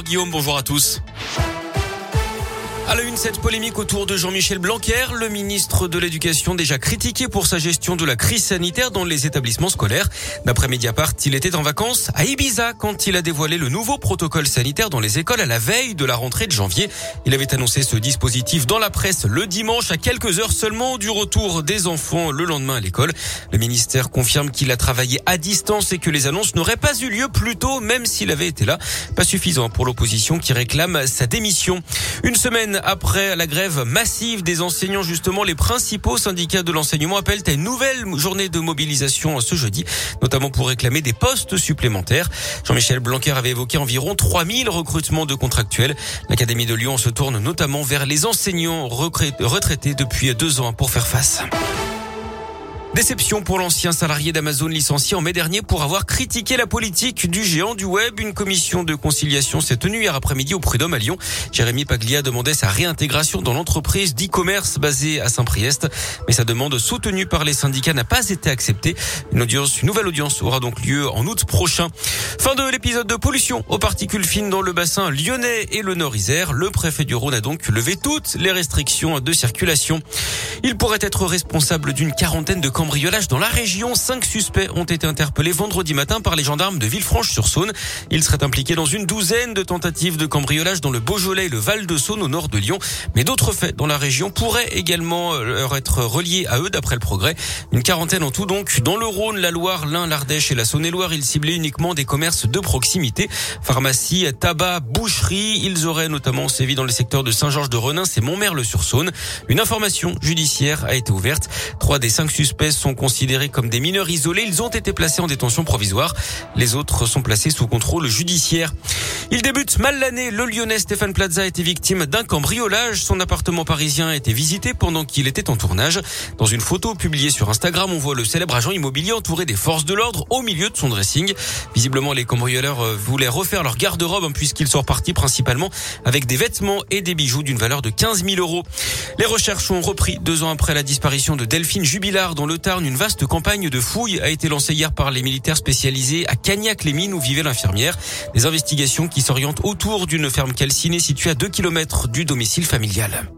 Guillaume, bonjour à tous. À la une, cette polémique autour de Jean-Michel Blanquer, le ministre de l'Éducation déjà critiqué pour sa gestion de la crise sanitaire dans les établissements scolaires. D'après Mediapart, il était en vacances à Ibiza quand il a dévoilé le nouveau protocole sanitaire dans les écoles à la veille de la rentrée de janvier. Il avait annoncé ce dispositif dans la presse le dimanche à quelques heures seulement du retour des enfants le lendemain à l'école. Le ministère confirme qu'il a travaillé à distance et que les annonces n'auraient pas eu lieu plus tôt, même s'il avait été là. Pas suffisant pour l'opposition qui réclame sa démission. Une semaine après la grève massive des enseignants, justement, les principaux syndicats de l'enseignement appellent à une nouvelle journée de mobilisation ce jeudi, notamment pour réclamer des postes supplémentaires. Jean-Michel Blanquer avait évoqué environ 3000 recrutements de contractuels. L'Académie de Lyon se tourne notamment vers les enseignants retraités depuis 2 ans pour faire face. Déception pour l'ancien salarié d'Amazon licencié en mai dernier pour avoir critiqué la politique du géant du web. Une commission de conciliation s'est tenue hier après-midi au Prud'homme à Lyon. Jérémy Paglia demandait sa réintégration dans l'entreprise d'e-commerce basée à Saint-Priest. Mais sa demande soutenue par les syndicats n'a pas été acceptée. Une nouvelle audience aura donc lieu en août prochain. Fin de l'épisode de pollution aux particules fines dans le bassin lyonnais et le Nord-Isère. Le préfet du Rhône a donc levé toutes les restrictions de circulation. Il pourrait être responsable d'une quarantaine de cambriolages dans la région. 5 suspects ont été interpellés vendredi matin par les gendarmes de Villefranche-sur-Saône. Ils seraient impliqués dans une douzaine de tentatives de cambriolage dans le Beaujolais et le Val-de-Saône au nord de Lyon. Mais d'autres faits dans la région pourraient également être reliés à eux d'après le Progrès. Une quarantaine en tout donc. Dans le Rhône, la Loire, l'Ain, l'Ardèche et la Saône-et-Loire, ils ciblaient uniquement des commerces de proximité. Pharmacie, tabac, boucherie. Ils auraient notamment sévi dans les secteurs de Saint-Georges-de-Renins et Montmerle-sur-Saône. Une information judiciaire a été ouverte. 3 des 5 suspects sont considérés comme des mineurs isolés. Ils ont été placés en détention provisoire. Les autres sont placés sous contrôle judiciaire. Il débute mal l'année. Le Lyonnais Stéphane Plaza a été victime d'un cambriolage. Son appartement parisien a été visité pendant qu'il était en tournage. Dans une photo publiée sur Instagram, on voit le célèbre agent immobilier entouré des forces de l'ordre au milieu de son dressing. Visiblement, les cambrioleurs voulaient refaire leur garde-robe puisqu'ils sont repartis principalement avec des vêtements et des bijoux d'une valeur de 15 000 €. Les recherches ont repris 2 ans après la disparition de Delphine Jubilard dans le Tarn. Une vaste campagne de fouilles a été lancée hier par les militaires spécialisés à Cagnac-les-Mines où vivait l'infirmière. Des investigations qui s'orientent autour d'une ferme calcinée située à 2 km du domicile familial.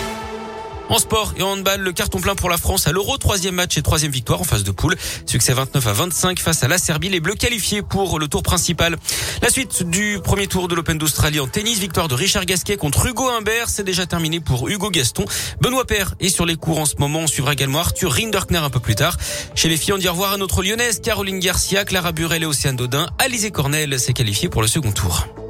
En sport et en handball, le carton plein pour la France à l'Euro, 3e match et 3e victoire en phase de poule. Succès 29-25 face à la Serbie, les Bleus qualifiés pour le tour principal. La suite du premier tour de l'Open d'Australie en tennis, victoire de Richard Gasquet contre Hugo Humbert, c'est déjà terminé pour Hugo Gaston. Benoît Paire est sur les cours en ce moment, on suivra également Arthur Rinderkner un peu plus tard. Chez les filles, on dit au revoir à notre lyonnaise Caroline Garcia, Clara Burel et Océane Dodin. Alizé Cornel s'est qualifiée pour le second tour.